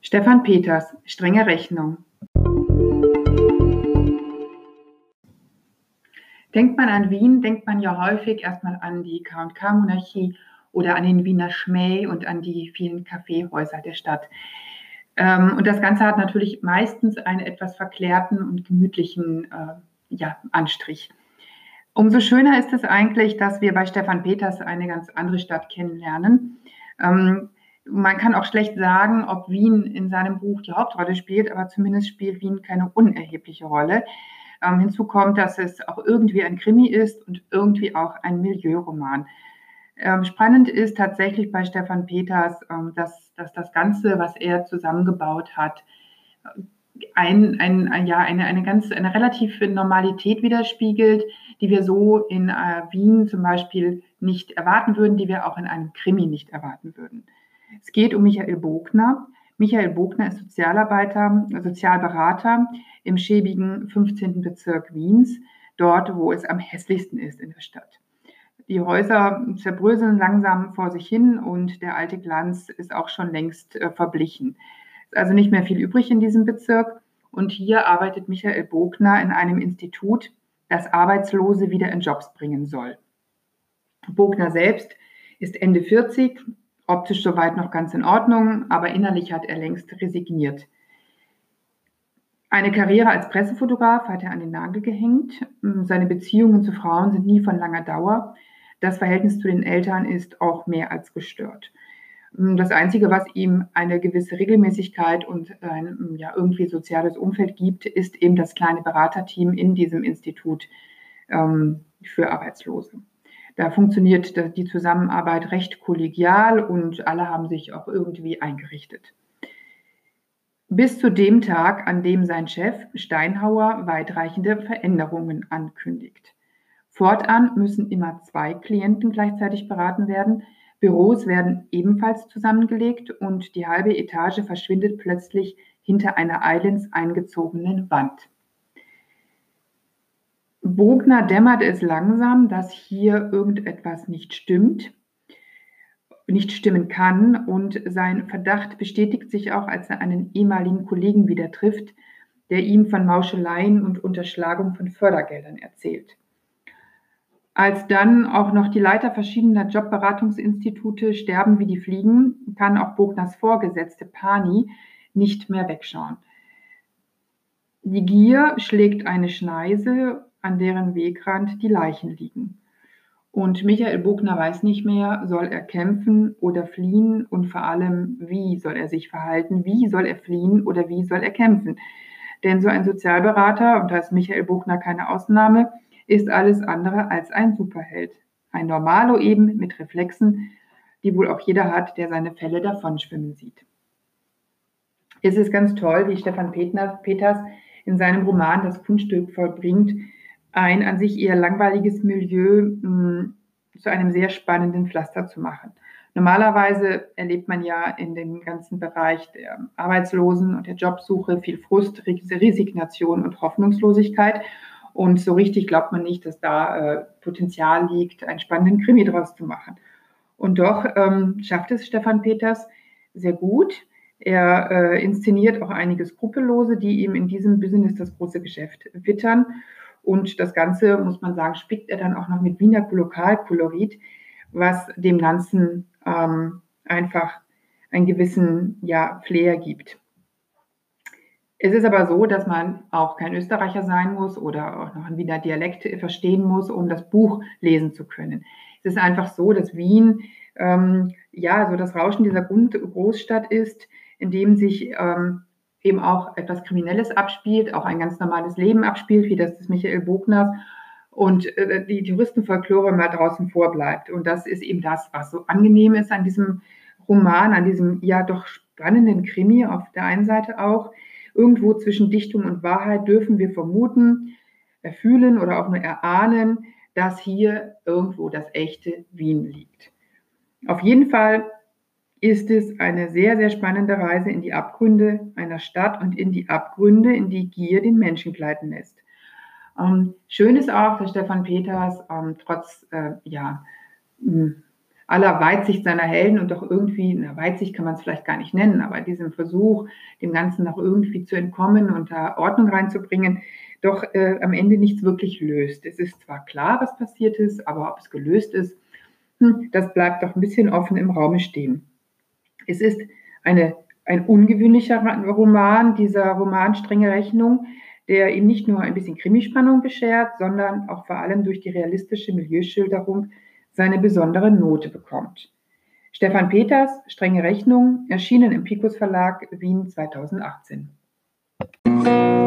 Stefan Peters, strenge Rechnung. Denkt man an Wien, denkt man ja häufig erstmal an die K&K-Monarchie oder an den Wiener Schmäh und an die vielen Kaffeehäuser der Stadt. Und das Ganze hat natürlich meistens einen etwas verklärten und gemütlichen Anstrich. Umso schöner ist es eigentlich, dass wir bei Stefan Peters eine ganz andere Stadt kennenlernen. Man kann auch schlecht sagen, ob Wien in seinem Buch die Hauptrolle spielt, aber zumindest spielt Wien keine unerhebliche Rolle. Hinzu kommt, dass es auch irgendwie ein Krimi ist und irgendwie auch ein Milieuroman. Spannend ist tatsächlich bei Stefan Peters, dass das Ganze, was er zusammengebaut hat, eine relative Normalität widerspiegelt, die wir so in Wien zum Beispiel nicht erwarten würden, die wir auch in einem Krimi nicht erwarten würden. Es geht um Michael Bogner. Michael Bogner ist Sozialberater im schäbigen 15. Bezirk Wiens, dort, wo es am hässlichsten ist in der Stadt. Die Häuser zerbröseln langsam vor sich hin und der alte Glanz ist auch schon längst verblichen. Es ist also nicht mehr viel übrig in diesem Bezirk und hier arbeitet Michael Bogner in einem Institut, das Arbeitslose wieder in Jobs bringen soll. Bogner selbst ist Ende 40, optisch soweit noch ganz in Ordnung, aber innerlich hat er längst resigniert. Eine Karriere als Pressefotograf hat er an den Nagel gehängt. Seine Beziehungen zu Frauen sind nie von langer Dauer. Das Verhältnis zu den Eltern ist auch mehr als gestört. Das Einzige, was ihm eine gewisse Regelmäßigkeit und ein irgendwie soziales Umfeld gibt, ist eben das kleine Beraterteam in diesem Institut für Arbeitslose. Da funktioniert die Zusammenarbeit recht kollegial und alle haben sich auch irgendwie eingerichtet. Bis zu dem Tag, an dem sein Chef Steinhauer weitreichende Veränderungen ankündigt. Fortan müssen immer 2 Klienten gleichzeitig beraten werden. Büros werden ebenfalls zusammengelegt und die halbe Etage verschwindet plötzlich hinter einer eilends eingezogenen Wand. Bogner dämmert es langsam, dass hier irgendetwas nicht stimmen kann und sein Verdacht bestätigt sich auch, als er einen ehemaligen Kollegen wieder trifft, der ihm von Mauscheleien und Unterschlagung von Fördergeldern erzählt. Als dann auch noch die Leiter verschiedener Jobberatungsinstitute sterben wie die Fliegen, kann auch Bogners Vorgesetzte Pani nicht mehr wegschauen. Die Gier schlägt eine Schneise, an deren Wegrand die Leichen liegen. Und Michael Bogner weiß nicht mehr, soll er kämpfen oder fliehen und vor allem, wie soll er sich verhalten, wie soll er fliehen oder wie soll er kämpfen. Denn so ein Sozialberater, und da ist Michael Bogner keine Ausnahme, ist alles andere als ein Superheld. Ein Normalo eben mit Reflexen, die wohl auch jeder hat, der seine Fälle davonschwimmen sieht. Es ist ganz toll, wie Stefan Peters in seinem Roman das Kunststück vollbringt, ein an sich eher langweiliges Milieu zu einem sehr spannenden Pflaster zu machen. Normalerweise erlebt man ja in dem ganzen Bereich der Arbeitslosen und der Jobsuche viel Frust, Resignation und Hoffnungslosigkeit. Und so richtig glaubt man nicht, dass da Potenzial liegt, einen spannenden Krimi draus zu machen. Und doch schafft es Stefan Peters sehr gut. Er inszeniert auch einige Skrupellose, die ihm in diesem Business das große Geschäft wittern. Und das Ganze, muss man sagen, spickt er dann auch noch mit Wiener Lokalkolorit, was dem Ganzen einfach einen gewissen Flair gibt. Es ist aber so, dass man auch kein Österreicher sein muss oder auch noch einen Wiener Dialekt verstehen muss, um das Buch lesen zu können. Es ist einfach so, dass Wien so das Rauschen dieser Großstadt ist, in dem sich eben auch etwas Kriminelles abspielt, auch ein ganz normales Leben abspielt, wie das des Michael Bogners und die Touristenfolklore mal draußen vorbleibt. Und das ist eben das, was so angenehm ist an diesem Roman, an diesem doch spannenden Krimi auf der einen Seite auch. Irgendwo zwischen Dichtung und Wahrheit dürfen wir vermuten, erfühlen oder auch nur erahnen, dass hier irgendwo das echte Wien liegt. Auf jeden Fall ist es eine sehr, sehr spannende Reise in die Abgründe einer Stadt und in die Abgründe, in die Gier den Menschen gleiten lässt. Schön ist auch, dass Stefan Peters trotz aller Weitsicht seiner Helden und doch irgendwie, na, Weitsicht kann man es vielleicht gar nicht nennen, aber diesem Versuch, dem Ganzen noch irgendwie zu entkommen und da Ordnung reinzubringen, doch am Ende nichts wirklich löst. Es ist zwar klar, was passiert ist, aber ob es gelöst ist, das bleibt doch ein bisschen offen im Raume stehen. Es ist ein ungewöhnlicher Roman, dieser Roman Strenge Rechnung, der ihm nicht nur ein bisschen Krimispannung beschert, sondern auch vor allem durch die realistische Milieuschilderung seine besondere Note bekommt. Stefan Peters, Strenge Rechnung, erschienen im Picus Verlag, Wien 2018.